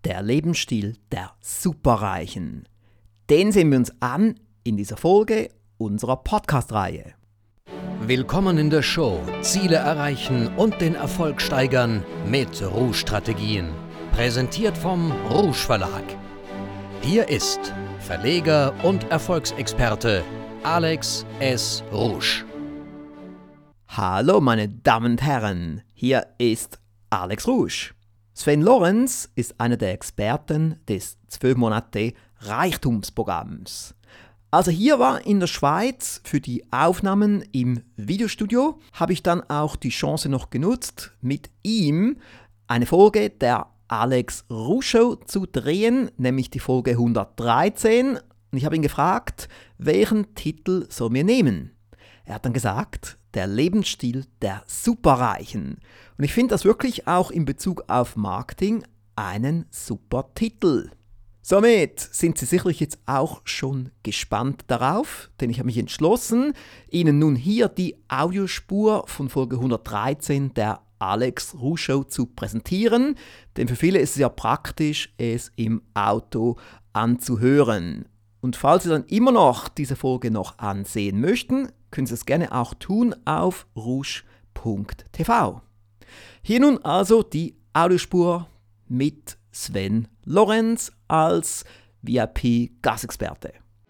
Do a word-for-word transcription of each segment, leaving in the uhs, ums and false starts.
Der Lebensstil der Superreichen. Den sehen wir uns an in dieser Folge unserer Podcast-Reihe. Willkommen in der Show Ziele erreichen und den Erfolg steigern mit Rouge-Strategien. Präsentiert vom Rouge Verlag. Hier ist Verleger und Erfolgsexperte Alex S. Rouge. Hallo meine Damen und Herren, hier ist Alex Rouge. Sven Lorenz ist einer der Experten des zwölf Monate Reichtumsprogramms. Als er hier war in der Schweiz für die Aufnahmen im Videostudio, habe ich dann auch die Chance noch genutzt, mit ihm eine Folge der Alex Rouge Show zu drehen, nämlich die Folge hundertdreizehn. Und ich habe ihn gefragt, welchen Titel sollen wir nehmen? Er hat dann gesagt, der Lebensstil der Superreichen. Und ich finde das wirklich auch in Bezug auf Marketing einen super Titel. Somit sind Sie sicherlich jetzt auch schon gespannt darauf, denn ich habe mich entschlossen, Ihnen nun hier die Audiospur von Folge hundertdreizehn der Alex Rouge Show zu präsentieren, denn für viele ist es ja praktisch, es im Auto anzuhören. Und falls Sie dann immer noch diese Folge noch ansehen möchten, können Sie es gerne auch tun auf rouge punkt t v. Hier nun also die Audiospur mit Sven Lorenz als V I P-Gastexperte.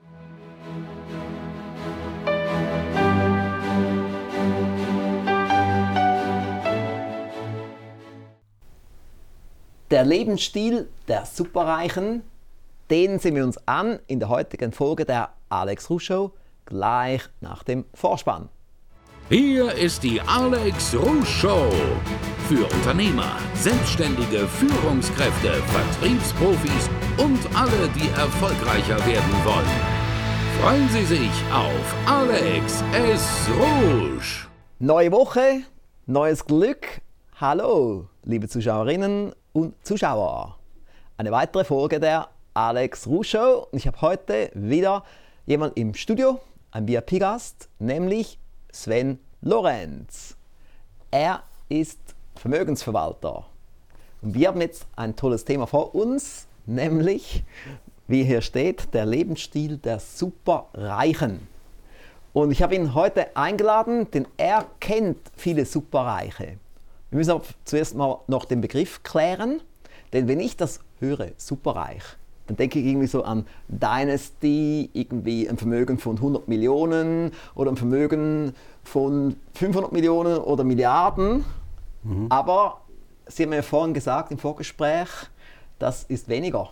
Der Lebensstil der Superreichen, den sehen wir uns an in der heutigen Folge der Alex Rouge Show, gleich nach dem Vorspann. Hier ist die Alex Rouge Show. Für Unternehmer, Selbstständige, Führungskräfte, Vertriebsprofis und alle, die erfolgreicher werden wollen. Freuen Sie sich auf Alex S. Rouge. Neue Woche, neues Glück. Hallo, liebe Zuschauerinnen und Zuschauer. Eine weitere Folge der Alex Rouge Show. Und ich habe heute wieder jemanden im Studio, ein V I P-Gast, nämlich Sven Lorenz. Er ist Vermögensverwalter. Und wir haben jetzt ein tolles Thema vor uns, nämlich, wie hier steht, der Lebensstil der Superreichen. Und ich habe ihn heute eingeladen, denn er kennt viele Superreiche. Wir müssen aber zuerst mal noch den Begriff klären, denn wenn ich das höre, superreich, dann denke ich irgendwie so an Dynasty, irgendwie ein Vermögen von hundert Millionen oder ein Vermögen von fünfhundert Millionen oder Milliarden. Mhm. Aber Sie haben ja vorhin gesagt im Vorgespräch, das ist weniger.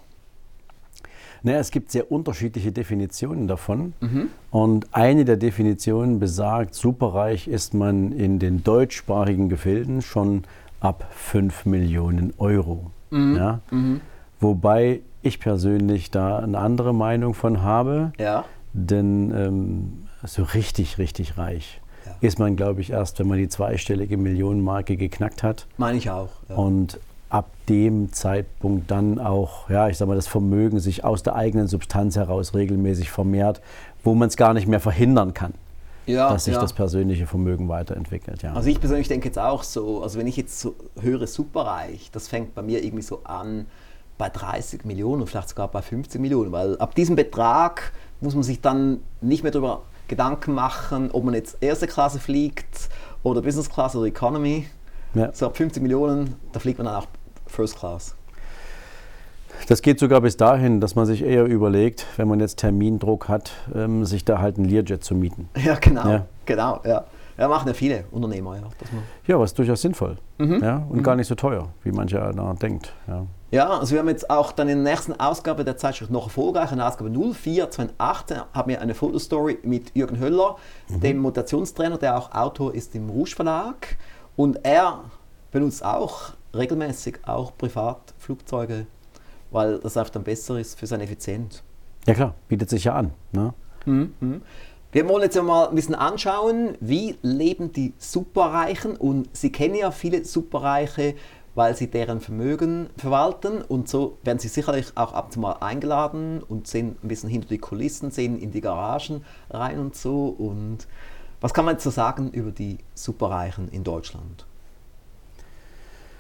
Naja, es gibt sehr unterschiedliche Definitionen davon. Mhm. Und eine der Definitionen besagt, superreich ist man in den deutschsprachigen Gefilden schon ab fünf Millionen Euro. Mhm. Ja? Mhm. Wobei ich persönlich da eine andere Meinung von habe, ja. Denn ähm, so richtig, richtig reich ja. ist man, glaube ich, erst, wenn man die zweistellige Millionenmarke geknackt hat. Meine ich auch. Ja. Und ab dem Zeitpunkt dann auch, ja, ich sag mal, das Vermögen sich aus der eigenen Substanz heraus regelmäßig vermehrt, wo man es gar nicht mehr verhindern kann, ja, dass sich ja. das persönliche Vermögen weiterentwickelt. Ja. Also ich persönlich denke jetzt auch so, also wenn ich jetzt so höre superreich, das fängt bei mir irgendwie so an, bei dreißig Millionen, vielleicht sogar bei fünfzig Millionen, weil ab diesem Betrag muss man sich dann nicht mehr darüber Gedanken machen, ob man jetzt erste Klasse fliegt oder Business Class oder Economy. Ja. So ab fünfzig Millionen, da fliegt man dann auch First Class. Das geht sogar bis dahin, dass man sich eher überlegt, wenn man jetzt Termindruck hat, ähm, sich da halt einen Learjet zu mieten. Ja, genau, ja. genau, ja. Ja, machen ja viele Unternehmer. Ja, dass man ja, was durchaus sinnvoll mhm. ja, und mhm. gar nicht so teuer, wie mancher da denkt. Ja. Ja, also wir haben jetzt auch dann in der nächsten Ausgabe der Zeitschrift noch erfolgreich, in der Ausgabe null vier zweitausendachtzehn, haben wir eine Fotostory mit Jürgen Höller, mhm. dem Motivationstrainer, der auch Autor ist im Rouge Verlag. Und er benutzt auch regelmäßig auch Privatflugzeuge, weil das einfach dann besser ist für seine Effizienz. Ja klar, bietet sich ja an. Ne? Mhm. Wir wollen jetzt mal ein bisschen anschauen, wie leben die Superreichen, und Sie kennen ja viele Superreiche, weil sie deren Vermögen verwalten, und so werden Sie sicherlich auch ab und zu mal eingeladen und sehen ein bisschen hinter die Kulissen, sehen in die Garagen rein und so. Und was kann man jetzt so sagen über die Superreichen in Deutschland?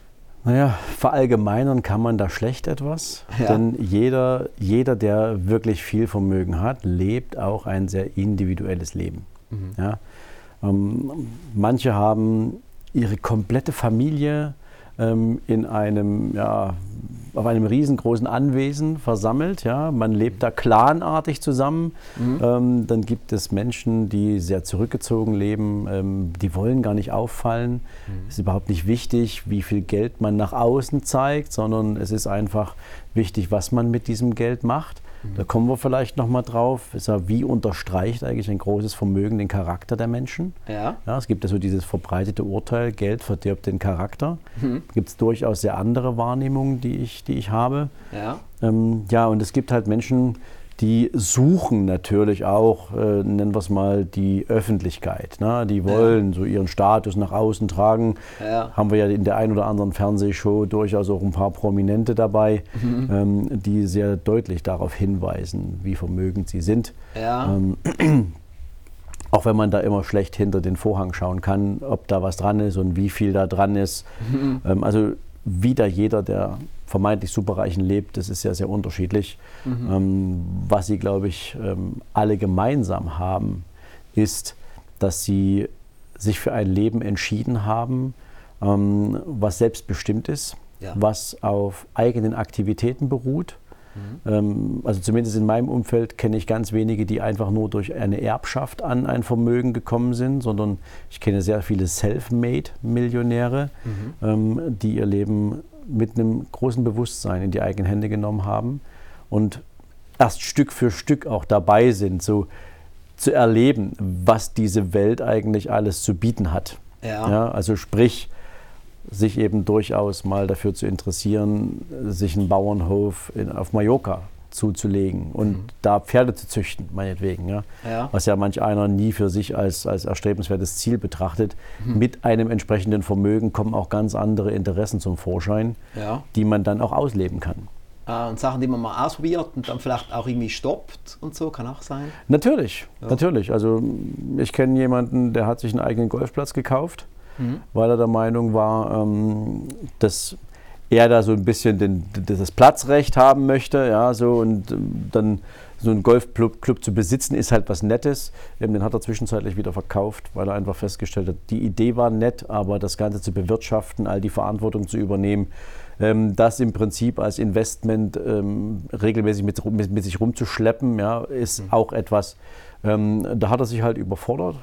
Naja, verallgemeinern kann man da schlecht etwas, Ja. denn jeder, jeder, der wirklich viel Vermögen hat, lebt auch ein sehr individuelles Leben. Mhm. Ja? Ähm, manche haben ihre komplette Familie ähm, in einem, ja, auf einem riesengroßen Anwesen versammelt. Ja? Man lebt da clanartig zusammen. Mhm. Ähm, dann gibt es Menschen, die sehr zurückgezogen leben, ähm, die wollen gar nicht auffallen. Es Mhm. ist überhaupt nicht wichtig, wie viel Geld man nach außen zeigt, sondern es ist einfach wichtig, was man mit diesem Geld macht. Mhm. Da kommen wir vielleicht noch mal drauf. Ist ja, wie unterstreicht eigentlich ein großes Vermögen den Charakter der Menschen? Ja. Ja, es gibt ja so dieses verbreitete Urteil, Geld verdirbt den Charakter. Mhm. Gibt es durchaus sehr andere Wahrnehmungen, die ich, die ich habe. Ja. Ähm, ja, und es gibt halt Menschen, die suchen natürlich auch, äh, nennen wir es mal, die Öffentlichkeit. Ne? Die wollen so ihren Status nach außen tragen. Ja. Haben wir ja in der ein oder anderen Fernsehshow durchaus auch ein paar Prominente dabei, Mhm. ähm, die sehr deutlich darauf hinweisen, wie vermögend sie sind. Ja. Ähm, auch wenn man da immer schlecht hinter den Vorhang schauen kann, ob da was dran ist und wie viel da dran ist. Mhm. Ähm, also wie da jeder, der vermeintlich Superreichen lebt, das ist ja sehr unterschiedlich. Mhm. Ähm, was sie, glaube ich, ähm, alle gemeinsam haben, ist, dass sie sich für ein Leben entschieden haben, ähm, was selbstbestimmt ist, Ja. was auf eigenen Aktivitäten beruht. Mhm. Ähm, also zumindest in meinem Umfeld kenne ich ganz wenige, die einfach nur durch eine Erbschaft an ein Vermögen gekommen sind, sondern ich kenne sehr viele Self-Made-Millionäre, Mhm. ähm, die ihr Leben mit einem großen Bewusstsein in die eigenen Hände genommen haben und erst Stück für Stück auch dabei sind, so zu erleben, was diese Welt eigentlich alles zu bieten hat. Ja. Ja, also sprich, sich eben durchaus mal dafür zu interessieren, sich einen Bauernhof in, auf Mallorca zuzulegen und Mhm. da Pferde zu züchten, meinetwegen. Ja? Ja. Was ja manch einer nie für sich als, als erstrebenswertes Ziel betrachtet. Mhm. Mit einem entsprechenden Vermögen kommen auch ganz andere Interessen zum Vorschein, Ja. die man dann auch ausleben kann. Äh, und Sachen, die man mal ausprobiert und dann vielleicht auch irgendwie stoppt und so, kann auch sein. Natürlich, Ja. natürlich. Also ich kenne jemanden, der hat sich einen eigenen Golfplatz gekauft, Mhm. weil er der Meinung war, ähm, dass er da so ein bisschen den, das Platzrecht haben möchte. Ja, so, und ähm, dann so einen Golfclub Club zu besitzen, ist halt was Nettes. Ähm, den hat er zwischenzeitlich wieder verkauft, weil er einfach festgestellt hat, die Idee war nett, aber das Ganze zu bewirtschaften, all die Verantwortung zu übernehmen, ähm, das im Prinzip als Investment ähm, regelmäßig mit, mit, mit sich rumzuschleppen, ja, ist Mhm. auch etwas, ähm, da hat er sich halt überfordert.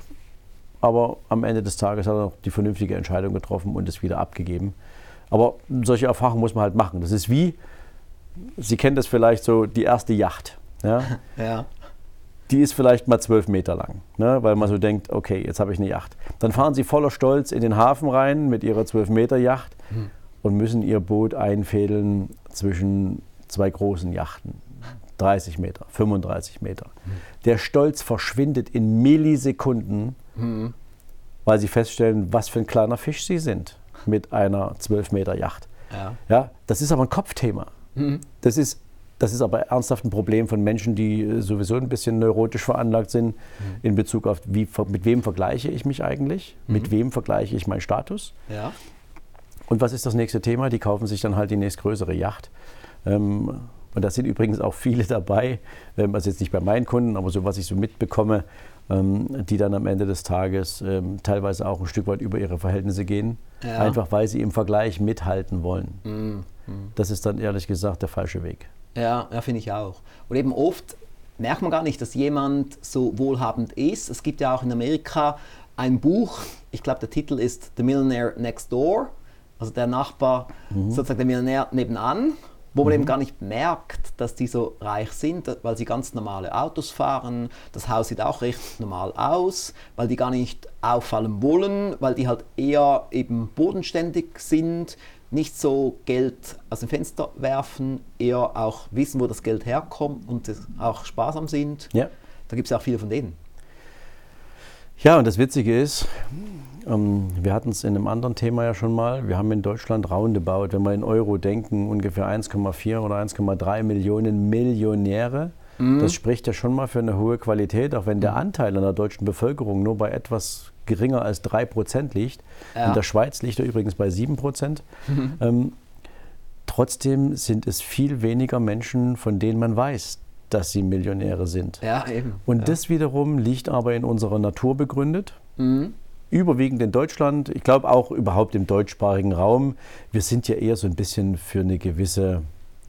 Aber am Ende des Tages hat er noch die vernünftige Entscheidung getroffen und es wieder abgegeben. Aber solche Erfahrungen muss man halt machen. Das ist wie, Sie kennen das vielleicht so, die erste Yacht. Ja? Ja. Die ist vielleicht mal zwölf Meter lang, ne? Weil man so denkt, okay, jetzt habe ich eine Yacht. Dann fahren Sie voller Stolz in den Hafen rein mit Ihrer zwölf Meter Yacht Mhm. und müssen Ihr Boot einfädeln zwischen zwei großen Yachten. dreißig Meter, fünfunddreißig Meter. Mhm. Der Stolz verschwindet in Millisekunden, Mhm. weil Sie feststellen, was für ein kleiner Fisch Sie sind mit einer zwölf Meter Yacht. Ja. Ja, das ist aber ein Kopfthema. Mhm. Das ist, das ist aber ernsthaft ein Problem von Menschen, die äh, sowieso ein bisschen neurotisch veranlagt sind in Bezug auf, wie, mit wem vergleiche ich mich eigentlich, mit wem vergleiche ich meinen Status. Ja. Und was ist das nächste Thema? Die kaufen sich dann halt die nächstgrößere Yacht. Ähm, und da sind übrigens auch viele dabei, ähm, also jetzt nicht bei meinen Kunden, aber so was ich so mitbekomme, ähm, die dann am Ende des Tages ähm, teilweise auch ein Stück weit über ihre Verhältnisse gehen, Ja. einfach weil sie im Vergleich mithalten wollen. Mhm. Das ist dann ehrlich gesagt der falsche Weg. Ja, ja, finde ich auch. Und eben oft merkt man gar nicht, dass jemand so wohlhabend ist. Es gibt ja auch in Amerika ein Buch, ich glaube der Titel ist The Millionaire Next Door, also der Nachbar, sozusagen der Millionär nebenan, wo man eben gar nicht merkt, dass die so reich sind, weil sie ganz normale Autos fahren. Das Haus sieht auch recht normal aus, weil die gar nicht auffallen wollen, weil die halt eher eben bodenständig sind, nicht so Geld aus dem Fenster werfen, eher auch wissen, wo das Geld herkommt und auch sparsam sind. Ja. Da gibt es ja auch viele von denen. Ja, und das Witzige ist, ähm, wir hatten es in einem anderen Thema ja schon mal, wir haben in Deutschland roundabout, wenn wir in Euro denken, ungefähr eins Komma vier oder eins Komma drei Millionen Millionäre. Das spricht ja schon mal für eine hohe Qualität, auch wenn der Anteil an der deutschen Bevölkerung nur bei etwas geringer als drei Prozent liegt. Ja. In der Schweiz liegt er übrigens bei sieben Prozent. Mhm. Ähm, trotzdem sind es viel weniger Menschen, von denen man weiß, dass sie Millionäre sind. Ja, eben. Und ja. das wiederum liegt aber in unserer Natur begründet. Mhm. Überwiegend in Deutschland, ich glaube auch überhaupt im deutschsprachigen Raum. Wir sind ja eher so ein bisschen für eine gewisse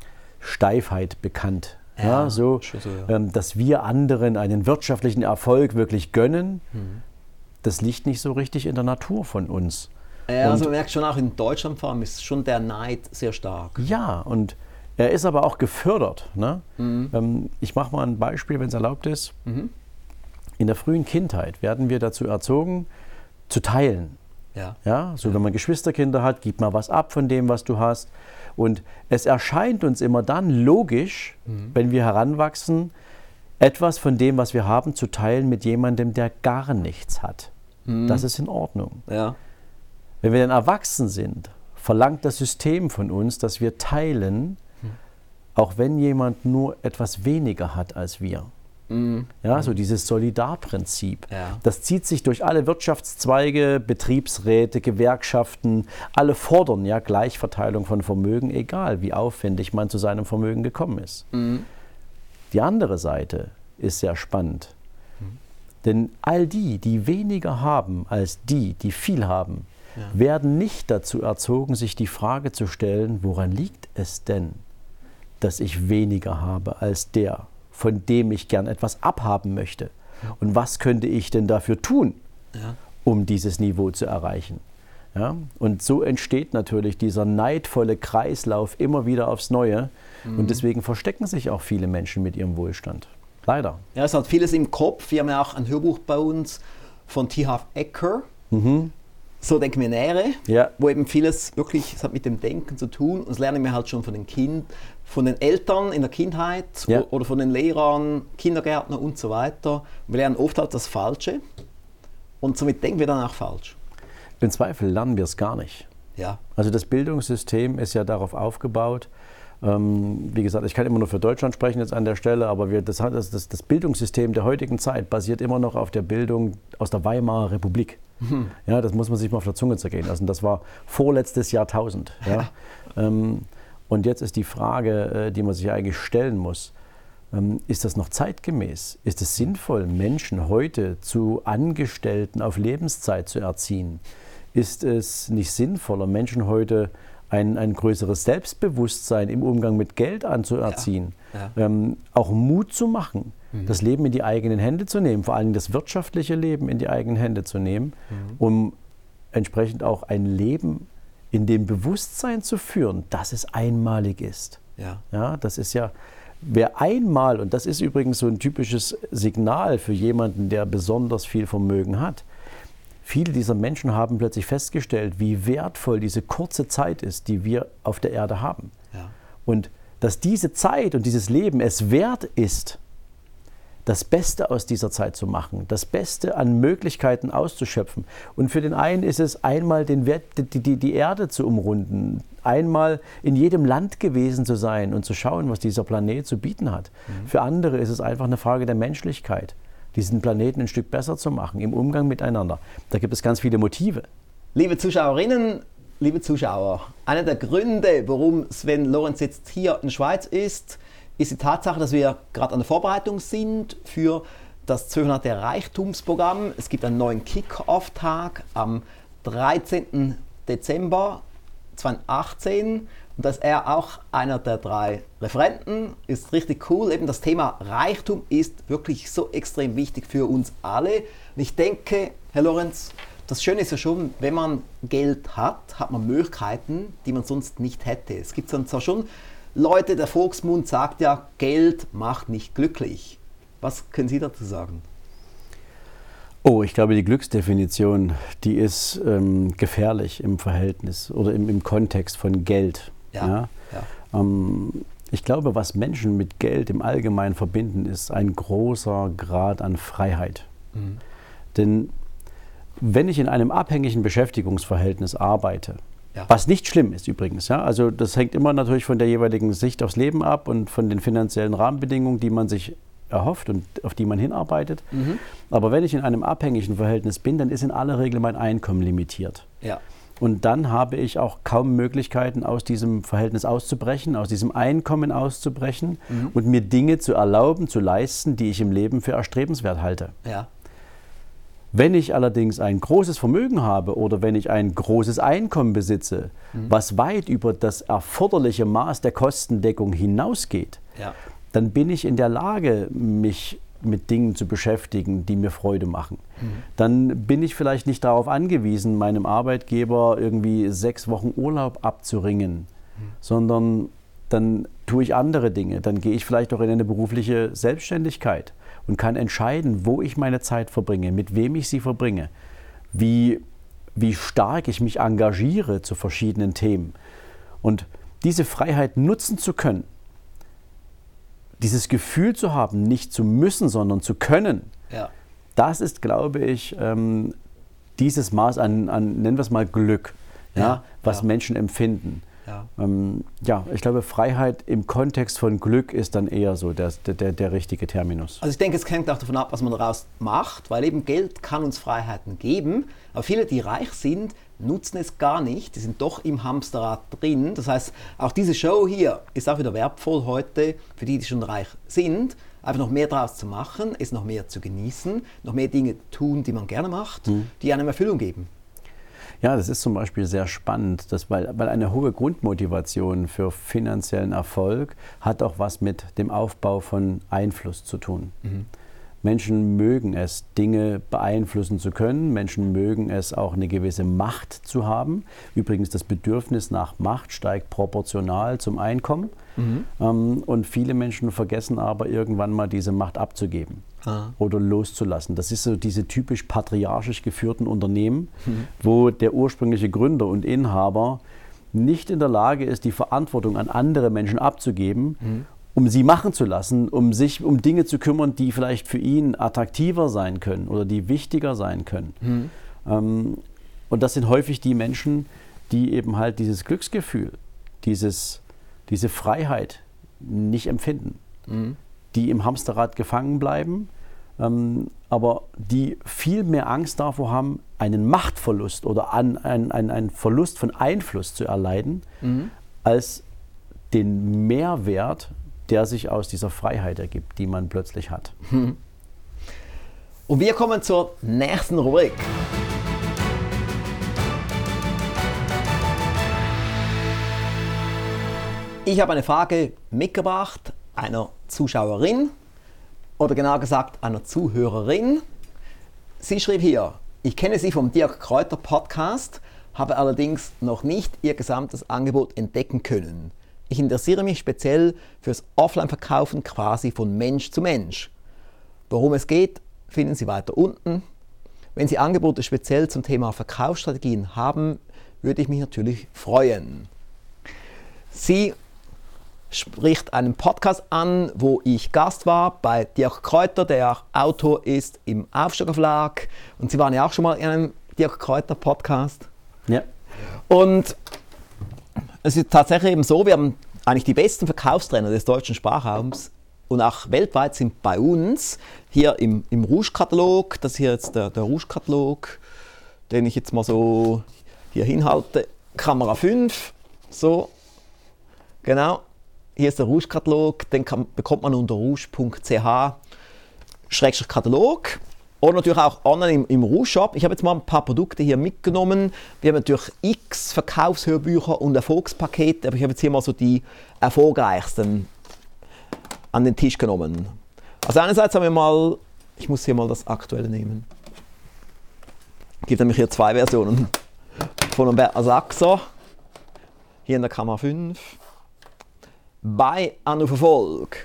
Steifheit bekannt. Ja, ja, so, so ja. Ähm, dass wir anderen einen wirtschaftlichen Erfolg wirklich gönnen, mhm. das liegt nicht so richtig in der Natur von uns. Ja, also man merkt schon auch in Deutschland vor allem ist schon der Neid sehr stark. Ja, und er ist aber auch gefördert. Ne? Mhm. Ähm, ich mache mal ein Beispiel, wenn es erlaubt ist. Mhm. In der frühen Kindheit werden wir dazu erzogen, zu teilen. Ja. Ja, so wenn man Geschwisterkinder hat, gib mal was ab von dem, was du hast. Und es erscheint uns immer dann logisch, mhm. wenn wir heranwachsen, etwas von dem, was wir haben, zu teilen mit jemandem, der gar nichts hat. Mhm. Das ist in Ordnung. Ja. Wenn wir dann erwachsen sind, verlangt das System von uns, dass wir teilen, mhm. auch wenn jemand nur etwas weniger hat als wir. Mhm. Ja, so dieses Solidarprinzip. Ja. Das zieht sich durch alle Wirtschaftszweige, Betriebsräte, Gewerkschaften. Alle fordern ja Gleichverteilung von Vermögen, egal wie aufwendig man zu seinem Vermögen gekommen ist. Mhm. Die andere Seite ist sehr spannend. Mhm. Denn all die, die weniger haben als die, die viel haben, ja. werden nicht dazu erzogen, sich die Frage zu stellen, woran liegt es denn, dass ich weniger habe als der, von dem ich gern etwas abhaben möchte. Und was könnte ich denn dafür tun, ja. um dieses Niveau zu erreichen? Ja? Und so entsteht natürlich dieser neidvolle Kreislauf immer wieder aufs Neue. Mhm. Und deswegen verstecken sich auch viele Menschen mit ihrem Wohlstand. Leider. Ja, es hat vieles im Kopf. Wir haben ja auch ein Hörbuch bei uns von T. Harv Eker. Mhm. So denken wir Nähere, ja. wo eben vieles wirklich, es hat mit dem Denken zu tun. Und das lernen wir halt schon von den Kindern, von den Eltern in der Kindheit ja. oder von den Lehrern, Kindergärtner und so weiter. Und wir lernen oft halt das Falsche und somit denken wir dann auch falsch. Im Zweifel lernen wir es gar nicht. Ja. Also das Bildungssystem ist ja darauf aufgebaut. Ähm, wie gesagt, ich kann immer nur für Deutschland sprechen jetzt an der Stelle, aber wir, das, das, das, das Bildungssystem der heutigen Zeit basiert immer noch auf der Bildung aus der Weimarer Republik. Mhm. Ja, das muss man sich mal auf der Zunge zergehen lassen. Das war vorletztes Jahrtausend. Ja. Ja. Ähm, und jetzt ist die Frage, die man sich eigentlich stellen muss, ähm, ist das noch zeitgemäß? Ist es sinnvoll, Menschen heute zu Angestellten auf Lebenszeit zu erziehen? Ist es nicht sinnvoller, Menschen heute ein, ein größeres Selbstbewusstsein im Umgang mit Geld anzuerziehen? Ja. Ja. Ähm, auch Mut zu machen, mhm. das Leben in die eigenen Hände zu nehmen, vor allem das wirtschaftliche Leben in die eigenen Hände zu nehmen, mhm. um entsprechend auch ein Leben in dem Bewusstsein zu führen, dass es einmalig ist. Ja. Ja, das ist ja, wer einmal, und das ist übrigens so ein typisches Signal für jemanden, der besonders viel Vermögen hat, viele dieser Menschen haben plötzlich festgestellt, wie wertvoll diese kurze Zeit ist, die wir auf der Erde haben. Ja. Und dass diese Zeit und dieses Leben es wert ist, das Beste aus dieser Zeit zu machen, das Beste an Möglichkeiten auszuschöpfen. Und für den einen ist es einmal den Wert, die, die, die Erde zu umrunden, einmal in jedem Land gewesen zu sein und zu schauen, was dieser Planet zu bieten hat. Mhm. Für andere ist es einfach eine Frage der Menschlichkeit, diesen Planeten ein Stück besser zu machen, im Umgang miteinander. Da gibt es ganz viele Motive. Liebe Zuschauerinnen, liebe Zuschauer, einer der Gründe, warum Sven Lorenz jetzt hier in der Schweiz ist, ist die Tatsache, dass wir gerade an der Vorbereitung sind für das zwölfhunderte Reichtumsprogramm. Es gibt einen neuen Kick-Off-Tag am dreizehnten Dezember zweitausendachtzehn. Und da ist er auch einer der drei Referenten. Ist richtig cool. Eben das Thema Reichtum ist wirklich so extrem wichtig für uns alle. Und ich denke, Herr Lorenz, das Schöne ist ja schon, wenn man Geld hat, hat man Möglichkeiten, die man sonst nicht hätte. Es gibt dann zwar schon Leute, der Volksmund sagt ja, Geld macht nicht glücklich. Was können Sie dazu sagen? Oh, ich glaube, die Glücksdefinition, die ist ähm, gefährlich im Verhältnis oder im, im Kontext von Geld. Ja, ja? Ja. Ähm, ich glaube, was Menschen mit Geld im Allgemeinen verbinden, ist ein großer Grad an Freiheit. Mhm. Denn wenn ich in einem abhängigen Beschäftigungsverhältnis arbeite, ja. was nicht schlimm ist übrigens, ja? Also das hängt immer natürlich von der jeweiligen Sicht aufs Leben ab und von den finanziellen Rahmenbedingungen, die man sich erhofft und auf die man hinarbeitet. Mhm. Aber wenn ich in einem abhängigen Verhältnis bin, dann ist in aller Regel mein Einkommen limitiert. Ja. Und dann habe ich auch kaum Möglichkeiten, aus diesem Verhältnis auszubrechen, aus diesem Einkommen auszubrechen Mhm. und mir Dinge zu erlauben, zu leisten, die ich im Leben für erstrebenswert halte. Ja. Wenn ich allerdings ein großes Vermögen habe oder wenn ich ein großes Einkommen besitze, Mhm. was weit über das erforderliche Maß der Kostendeckung hinausgeht, Ja. dann bin ich in der Lage, mich mit Dingen zu beschäftigen, die mir Freude machen. Mhm. Dann bin ich vielleicht nicht darauf angewiesen, meinem Arbeitgeber irgendwie sechs Wochen Urlaub abzuringen, Mhm. sondern dann tue ich andere Dinge. Dann gehe ich vielleicht auch in eine berufliche Selbstständigkeit und kann entscheiden, wo ich meine Zeit verbringe, mit wem ich sie verbringe, wie, wie stark ich mich engagiere zu verschiedenen Themen. Und diese Freiheit nutzen zu können, dieses Gefühl zu haben, nicht zu müssen, sondern zu können, Ja. das ist, glaube ich, ähm, dieses Maß an, an, nennen wir es mal Glück, ja, Ja, was ja. Menschen empfinden. Ja. Ähm, ja, ich glaube, Freiheit im Kontext von Glück ist dann eher so der, der, der richtige Terminus. Also ich denke, es hängt auch davon ab, was man daraus macht, weil eben Geld kann uns Freiheiten geben, aber viele, die reich sind, nutzen es gar nicht, die sind doch im Hamsterrad drin. Das heißt, auch diese Show hier ist auch wieder wertvoll heute für die, die schon reich sind, einfach noch mehr daraus zu machen, es noch mehr zu genießen, noch mehr Dinge tun, die man gerne macht, Mhm. die einem Erfüllung geben. Ja, das ist zum Beispiel sehr spannend, dass, weil, weil eine hohe Grundmotivation für finanziellen Erfolg hat auch was mit dem Aufbau von Einfluss zu tun. Mhm. Menschen mögen es, Dinge beeinflussen zu können. Menschen mögen es, auch eine gewisse Macht zu haben. Übrigens, das Bedürfnis nach Macht steigt proportional zum Einkommen. Mhm. Ähm, und viele Menschen vergessen aber irgendwann mal diese Macht abzugeben Ah. oder loszulassen. Das ist so diese typisch patriarchisch geführten Unternehmen, Mhm. wo der ursprüngliche Gründer und Inhaber nicht in der Lage ist, die Verantwortung an andere Menschen abzugeben, Mhm. um sie machen zu lassen, um sich um Dinge zu kümmern, die vielleicht für ihn attraktiver sein können oder die wichtiger sein können. Mhm. Ähm, und das sind häufig die Menschen, die eben halt dieses Glücksgefühl, dieses, diese Freiheit nicht empfinden, Mhm. die im Hamsterrad gefangen bleiben, ähm, aber die viel mehr Angst davor haben, einen Machtverlust oder an, ein, ein, einen Verlust von Einfluss zu erleiden, Mhm. als den Mehrwert, der sich aus dieser Freiheit ergibt, die man plötzlich hat. Und wir kommen zur nächsten Rubrik. Ich habe eine Frage mitgebracht einer Zuschauerin oder genauer gesagt einer Zuhörerin. Sie schrieb hier: Ich kenne Sie vom Dirk Kräuter Podcast, habe allerdings noch nicht Ihr gesamtes Angebot entdecken können. Ich interessiere mich speziell fürs Offline-Verkaufen quasi von Mensch zu Mensch. Worum es geht, finden Sie weiter unten. Wenn Sie Angebote speziell zum Thema Verkaufsstrategien haben, würde ich mich natürlich freuen. Sie spricht einen Podcast an, wo ich Gast war bei Dirk Kräuter, der auch Autor ist im Aufsteiger Verlag. Und Sie waren ja auch schon mal in einem Dirk Kräuter Podcast. Ja. Und es ist tatsächlich eben so, wir haben eigentlich die besten Verkaufstrainer des deutschen Sprachraums und auch weltweit sind bei uns hier im, im Rouge-Katalog. Das hier jetzt der, der Rouge-Katalog, den ich jetzt mal so hier hinhalte. Kamera fünf, so, genau. Hier ist der Rouge-Katalog, den kann, bekommt man unter rouge punkt c h Schrägstrich Katalog. Oder natürlich auch online im, im Rouge-Shop. Ich habe jetzt mal ein paar Produkte hier mitgenommen. Wir haben natürlich x Verkaufshörbücher und Erfolgspakete, aber ich habe jetzt hier mal so die erfolgreichsten an den Tisch genommen. Also einerseits haben wir mal, ich muss hier mal das aktuelle nehmen. Es gibt nämlich hier zwei Versionen von Umberto Saxo. Hier in der Kamera fünf. Bei Anruf Erfolg.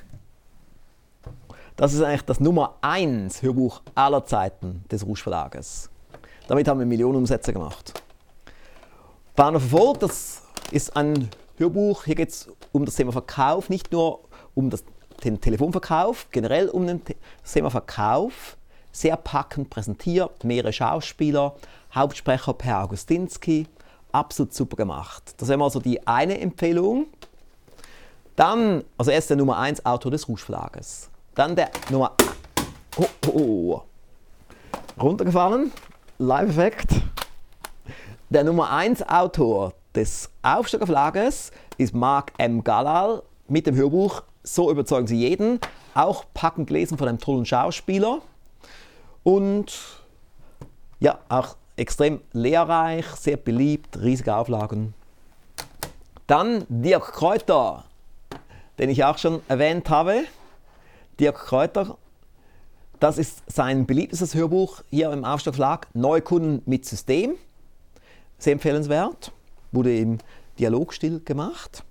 Das ist eigentlich das Nummer eins Hörbuch aller Zeiten des Rouge Verlages. Damit haben wir Millionen Umsätze gemacht. Bahnhof Erfolg, das ist ein Hörbuch, hier geht es um das Thema Verkauf, nicht nur um das, den Telefonverkauf, generell um den, das Thema Verkauf. Sehr packend präsentiert, mehrere Schauspieler, Hauptsprecher Per Augustinski, absolut super gemacht. Das wäre mal so die eine Empfehlung. Dann, also er ist der Nummer eins Autor des Rouge Verlages. Dann der Nummer... Oh, oh, oh. Runtergefallen. Live-Effekt. Der Nummer eins Autor des Aufsteiger Verlages ist Marc M. Gallal mit dem Hörbuch So überzeugen Sie jeden. Auch packend gelesen von einem tollen Schauspieler. Und ja, auch extrem lehrreich, sehr beliebt, riesige Auflagen. Dann Dirk Kräuter, den ich auch schon erwähnt habe. Dirk Kräuter, das ist sein beliebtestes Hörbuch hier im Aufsteiger Verlag, Neukunden mit System. Sehr empfehlenswert, wurde im Dialogstil gemacht.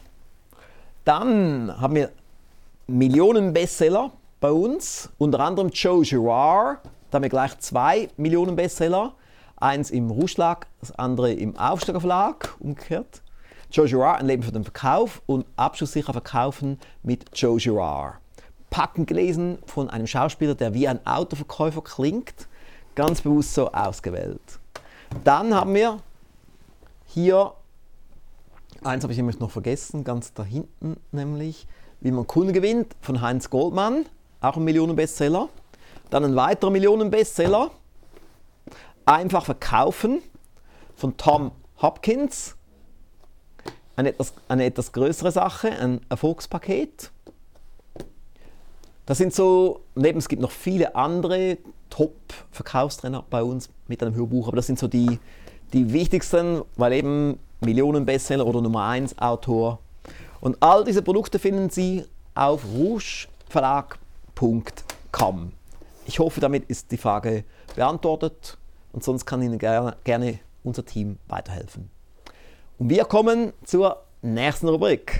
Dann haben wir Millionen-Bestseller bei uns, unter anderem Joe Girard. Da haben wir gleich zwei Millionen-Bestseller. Eins im Rouge-Verlag, das andere im Aufsteiger Verlag, umgekehrt. Joe Girard, ein Leben für den Verkauf und abschlusssicher verkaufen mit Joe Girard. Packend gelesen von einem Schauspieler, der wie ein Autoverkäufer klingt, ganz bewusst so ausgewählt. Dann haben wir hier, eins habe ich nämlich noch vergessen, ganz da hinten nämlich, Wie man Kunden gewinnt, von Heinz Goldmann, auch ein Millionen-Bestseller. Dann ein weiterer Millionen-Bestseller, Einfach verkaufen, von Tom Hopkins. Eine etwas, eine etwas größere Sache, ein Erfolgspaket. Das sind so, neben es gibt noch viele andere Top-Verkaufstrainer bei uns mit einem Hörbuch, aber das sind so die, die wichtigsten, weil eben Millionen-Bestseller oder Nummer eins Autor. Und all diese Produkte finden Sie auf rouge verlag punkt com. Ich hoffe, damit ist die Frage beantwortet und sonst kann Ihnen gerne, gerne unser Team weiterhelfen. Und wir kommen zur nächsten Rubrik.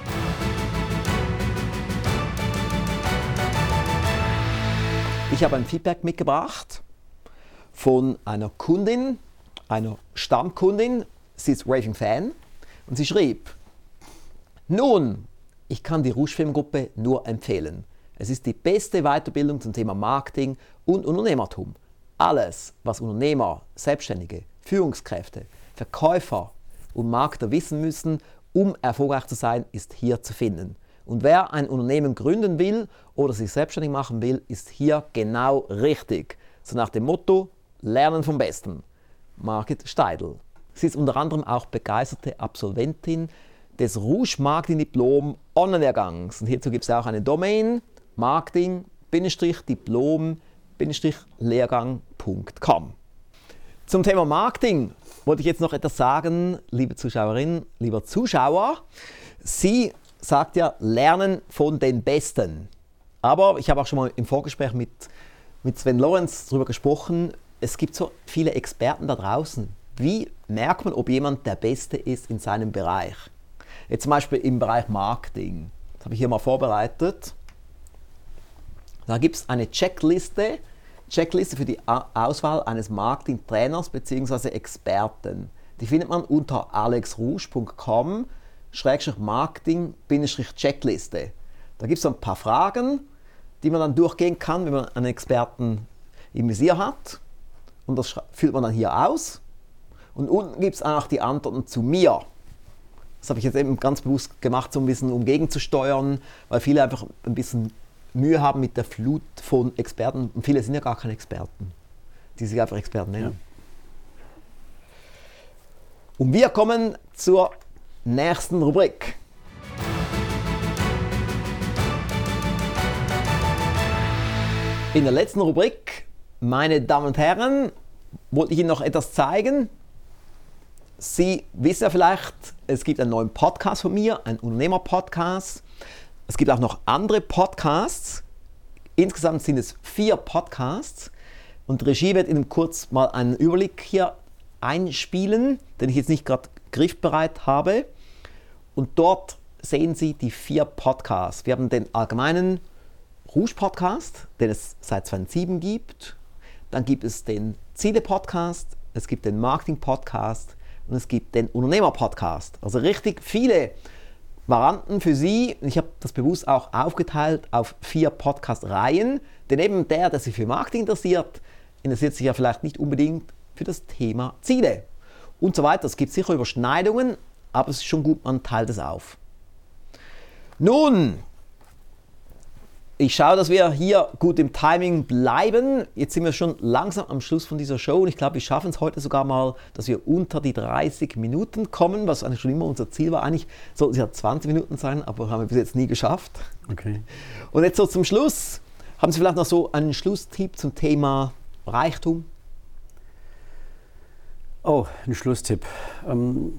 Ich habe ein Feedback mitgebracht von einer Kundin, einer Stammkundin. Sie ist Raving Fan und sie schrieb: Nun, ich kann die Rouge Firmengruppe nur empfehlen. Es ist die beste Weiterbildung zum Thema Marketing und Unternehmertum. Alles, was Unternehmer, Selbstständige, Führungskräfte, Verkäufer und Marketer wissen müssen, um erfolgreich zu sein, ist hier zu finden. Und wer ein Unternehmen gründen will oder sich selbstständig machen will, ist hier genau richtig. So nach dem Motto, Lernen vom Besten. Margit Steidl. Sie ist unter anderem auch begeisterte Absolventin des Rouge Marketing Diplom Online-Lehrgangs. Und hierzu gibt es auch eine Domain, marketing-diplom-lehrgang punkt com. Zum Thema Marketing wollte ich jetzt noch etwas sagen, liebe Zuschauerinnen, lieber Zuschauer. Sie sagt ja, lernen von den Besten. Aber ich habe auch schon mal im Vorgespräch mit, mit Sven Lorenz darüber gesprochen, es gibt so viele Experten da draußen. Wie merkt man, ob jemand der Beste ist in seinem Bereich? Jetzt zum Beispiel im Bereich Marketing. Das habe ich hier mal vorbereitet. Da gibt es eine Checkliste, Checkliste für die Auswahl eines Marketing-Trainers bzw. Experten. Die findet man unter alex rouge punkt com Schrägstrich Marketing-Checkliste. Da gibt es ein paar Fragen, die man dann durchgehen kann, wenn man einen Experten im Visier hat. Und das füllt man dann hier aus. Und unten gibt es auch die Antworten zu mir. Das habe ich jetzt eben ganz bewusst gemacht, so ein bisschen um gegenzusteuern, weil viele einfach ein bisschen Mühe haben mit der Flut von Experten. Und viele sind ja gar keine Experten, die sich einfach Experten nennen. Ja. Und wir kommen zur nächsten Rubrik. In der letzten Rubrik, meine Damen und Herren, wollte ich Ihnen noch etwas zeigen. Sie wissen ja vielleicht, es gibt einen neuen Podcast von mir, einen Unternehmer-Podcast. Es gibt auch noch andere Podcasts. Insgesamt sind es vier Podcasts. Und die Regie wird Ihnen kurz mal einen Überblick hier einspielen, den ich jetzt nicht gerade griffbereit habe. Und dort sehen Sie die vier Podcasts. Wir haben den allgemeinen Rouge-Podcast, den es seit zweitausendsieben gibt. Dann gibt es den Ziele-Podcast, es gibt den Marketing-Podcast und es gibt den Unternehmer-Podcast. Also richtig viele Varianten für Sie. Ich habe das bewusst auch aufgeteilt auf vier Podcast-Reihen. Denn eben der, der sich für Marketing interessiert, interessiert sich ja vielleicht nicht unbedingt für das Thema Ziele und so weiter. Es gibt sicher Überschneidungen, aber es ist schon gut, man teilt es auf. Nun, ich schaue, dass wir hier gut im Timing bleiben. Jetzt sind wir schon langsam am Schluss von dieser Show und ich glaube, wir schaffen es heute sogar mal, dass wir unter die dreißig Minuten kommen, was eigentlich schon immer unser Ziel war. Eigentlich sollten es ja zwanzig Minuten sein, aber haben wir bis jetzt nie geschafft. Okay. Und jetzt so zum Schluss, haben Sie vielleicht noch so einen Schlusstipp zum Thema Reichtum? Oh, ein Schlusstipp. Ähm,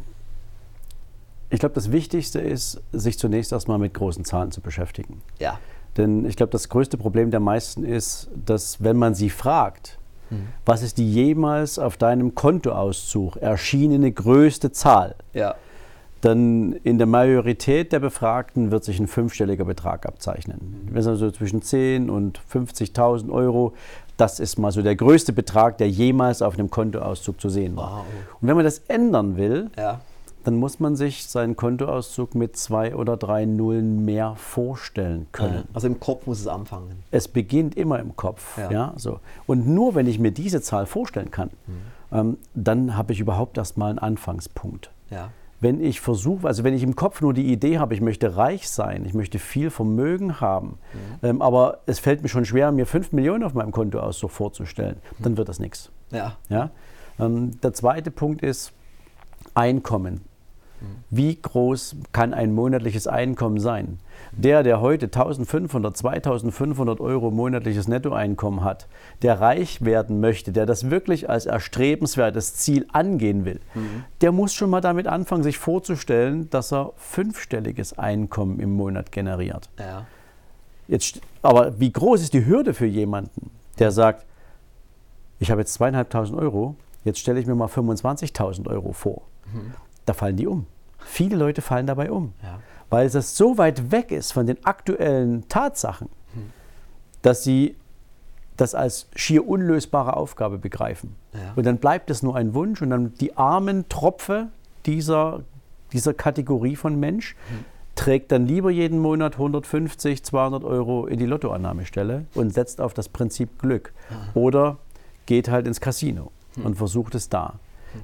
ich glaube, das Wichtigste ist, sich zunächst erstmal mit großen Zahlen zu beschäftigen. Ja. Denn ich glaube, das größte Problem der meisten ist, dass wenn man sie fragt, mhm. was ist die jemals auf deinem Kontoauszug erschienene größte Zahl, ja. dann in der Majorität der Befragten wird sich ein fünfstelliger Betrag abzeichnen. Mhm. Wir sind also zwischen zehn und fünfzigtausend Euro. Das ist mal so der größte Betrag, der jemals auf einem Kontoauszug zu sehen war. Wow. Und wenn man das ändern will, ja. dann muss man sich seinen Kontoauszug mit zwei oder drei Nullen mehr vorstellen können. Also im Kopf muss es anfangen. Es beginnt immer im Kopf. Ja. Ja, so. Und nur wenn ich mir diese Zahl vorstellen kann, mhm. ähm, dann habe ich überhaupt erstmal einen Anfangspunkt. Ja. Wenn ich versuche, also wenn ich im Kopf nur die Idee habe, ich möchte reich sein, ich möchte viel Vermögen haben, mhm. ähm, aber es fällt mir schon schwer, mir fünf Millionen auf meinem Kontoauszug vorzustellen, mhm. dann wird das nichts. Ja. Ja? Ähm, der zweite Punkt ist Einkommen. Wie groß kann ein monatliches Einkommen sein? Der, der heute eintausendfünfhundert, zweitausendfünfhundert Euro monatliches Nettoeinkommen hat, der reich werden möchte, der das wirklich als erstrebenswertes Ziel angehen will, mhm. der muss schon mal damit anfangen, sich vorzustellen, dass er fünfstelliges Einkommen im Monat generiert. Ja. Jetzt, aber wie groß ist die Hürde für jemanden, der sagt, ich habe jetzt zweieinhalbtausend Euro, jetzt stelle ich mir mal fünfundzwanzigtausend Euro vor. Mhm. Da fallen die um. Viele Leute fallen dabei um, ja. weil das so weit weg ist von den aktuellen Tatsachen, hm. dass sie das als schier unlösbare Aufgabe begreifen. Ja. Und dann bleibt es nur ein Wunsch und dann die armen Tropfe dieser, dieser Kategorie von Mensch hm. trägt dann lieber jeden Monat hundertfünfzig, zweihundert Euro in die Lottoannahmestelle und setzt auf das Prinzip Glück. Hm. Oder geht halt ins Casino hm. und versucht es da.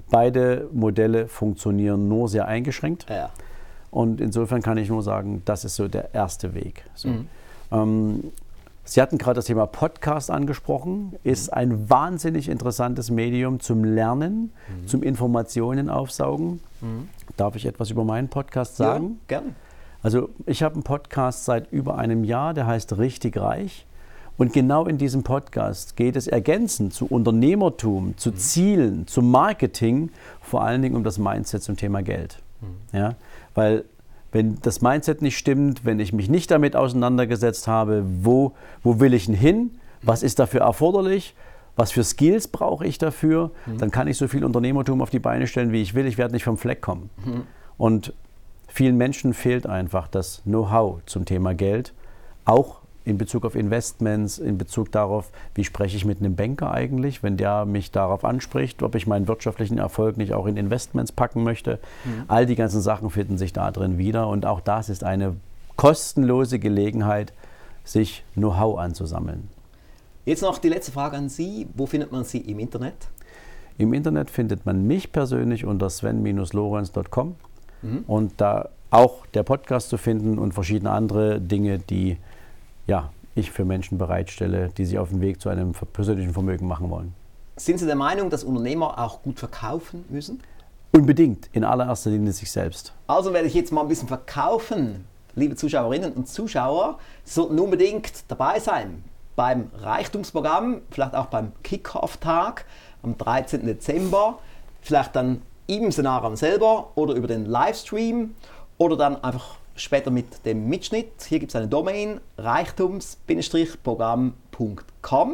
Beide Modelle funktionieren nur sehr eingeschränkt. Ja. Und insofern kann ich nur sagen, das ist so der erste Weg. So. Mhm. Ähm, Sie hatten gerade das Thema Podcast angesprochen. Ist ein wahnsinnig interessantes Medium zum Lernen, mhm. zum Informationen aufsaugen. Mhm. Darf ich etwas über meinen Podcast sagen? Ja, gerne. Also ich habe einen Podcast seit über einem Jahr, der heißt Richtig Reich. Und genau in diesem Podcast geht es ergänzend zu Unternehmertum, zu mhm. Zielen, zum Marketing, vor allen Dingen um das Mindset zum Thema Geld. Mhm. Ja? Weil wenn das Mindset nicht stimmt, wenn ich mich nicht damit auseinandergesetzt habe, wo, wo will ich denn hin, was ist dafür erforderlich, was für Skills brauche ich dafür, mhm. dann kann ich so viel Unternehmertum auf die Beine stellen, wie ich will, ich werde nicht vom Fleck kommen. Mhm. Und vielen Menschen fehlt einfach das Know-how zum Thema Geld, auch in Bezug auf Investments, in Bezug darauf, wie spreche ich mit einem Banker eigentlich, wenn der mich darauf anspricht, ob ich meinen wirtschaftlichen Erfolg nicht auch in Investments packen möchte. Mhm. All die ganzen Sachen finden sich da drin wieder und auch das ist eine kostenlose Gelegenheit, sich Know-how anzusammeln. Jetzt noch die letzte Frage an Sie. Wo findet man Sie im Internet? Im Internet findet man mich persönlich unter sven Bindestrich lorenz Punkt com mhm. und da auch der Podcast zu finden und verschiedene andere Dinge, die ja, ich für Menschen bereitstelle, die sich auf den Weg zu einem persönlichen Vermögen machen wollen. Sind Sie der Meinung, dass Unternehmer auch gut verkaufen müssen? Unbedingt, in allererster Linie sich selbst. Also werde ich jetzt mal ein bisschen verkaufen, liebe Zuschauerinnen und Zuschauer. Sie sollten unbedingt dabei sein beim Reichtumsprogramm, vielleicht auch beim Kick-Off-Tag am dreizehnten Dezember, vielleicht dann im Seminarraum selber oder über den Livestream oder dann einfach später mit dem Mitschnitt. Hier gibt es eine Domain, reichtums Programm Punkt com.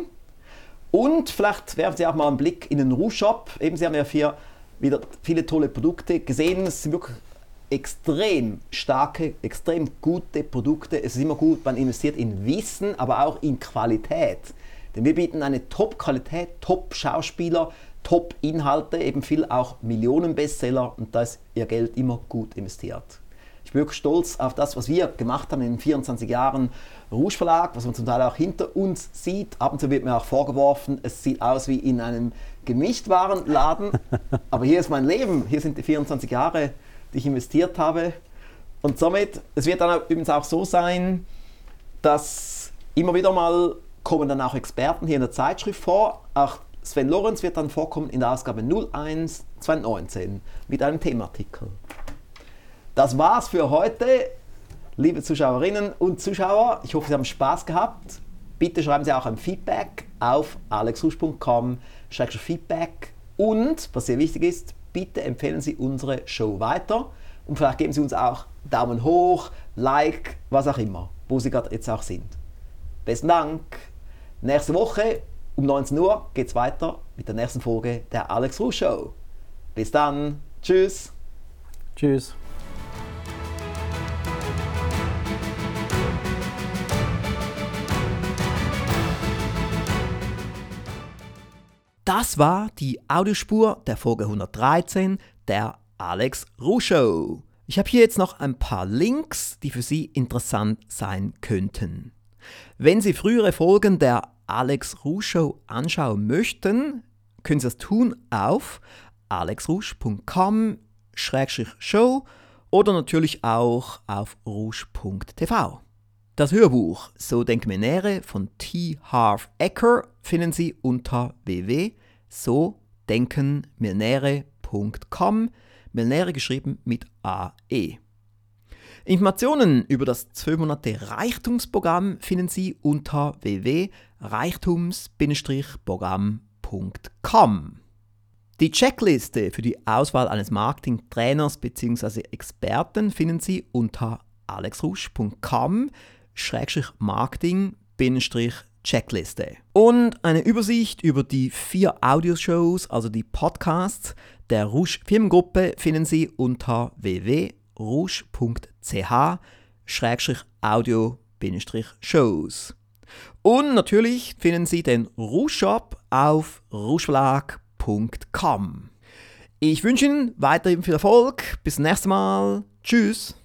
Und vielleicht werfen Sie auch mal einen Blick in den Rouge Shop. Eben, Sie haben ja hier wieder viele tolle Produkte gesehen. Es sind wirklich extrem starke, extrem gute Produkte. Es ist immer gut, man investiert in Wissen, aber auch in Qualität. Denn wir bieten eine Top-Qualität, Top-Schauspieler, Top-Inhalte, eben viel auch Millionen-Bestseller und da ist Ihr Geld immer gut investiert. Ich bin wirklich stolz auf das, was wir gemacht haben in vierundzwanzig Jahren Rouge Verlag, was man zum Teil auch hinter uns sieht. Ab und zu wird mir auch vorgeworfen, es sieht aus wie in einem Gemischtwarenladen. Aber hier ist mein Leben, hier sind die vierundzwanzig Jahre, die ich investiert habe. Und somit, es wird dann übrigens auch so sein, dass Immer wieder mal kommen dann auch Experten hier in der Zeitschrift vor. Auch Sven Lorenz wird dann vorkommen in der Ausgabe null eins zwanzig neunzehn mit einem Themenartikel. Das war's für heute, liebe Zuschauerinnen und Zuschauer. Ich hoffe, Sie haben Spaß gehabt. Bitte schreiben Sie auch ein Feedback auf alex rusch punkt com slash feedback. Und, was sehr wichtig ist, bitte empfehlen Sie unsere Show weiter. Und vielleicht geben Sie uns auch Daumen hoch, Like, was auch immer, wo Sie gerade jetzt auch sind. Besten Dank. Nächste Woche um neunzehn Uhr geht es weiter mit der nächsten Folge der Alex Rusch Show. Bis dann. Tschüss. Tschüss. Das war die Audiospur der Folge hundertdreizehn der Alex Rusch Show. Ich habe hier jetzt noch ein paar Links, die für Sie interessant sein könnten. Wenn Sie frühere Folgen der Alex Rusch Show anschauen möchten, können Sie das tun auf alex rusch punkt com slash show oder natürlich auch auf rusch punkt t v. Das Hörbuch So denken wir Nähere von T. Harv Eker finden Sie unter w w w punkt so denken wir nähere punkt com, Milnere geschrieben mit A E. Informationen über das zwölf Monate Reichtumsprogramm finden Sie unter w w w punkt reichtums Programm punkt com. Die Checkliste für die Auswahl eines Marketingtrainers bzw. Experten finden Sie unter alex rusch punkt com slash marketing Checkliste. Und eine Übersicht über die vier Audioshows, also die Podcasts der Rusch Firmengruppe, finden Sie unter w w w punkt rusch punkt c h slash audio shows. Und natürlich finden Sie den Rusch Shop auf ruschverlag punkt com. Ich wünsche Ihnen weiterhin viel Erfolg. Bis zum nächsten Mal. Tschüss.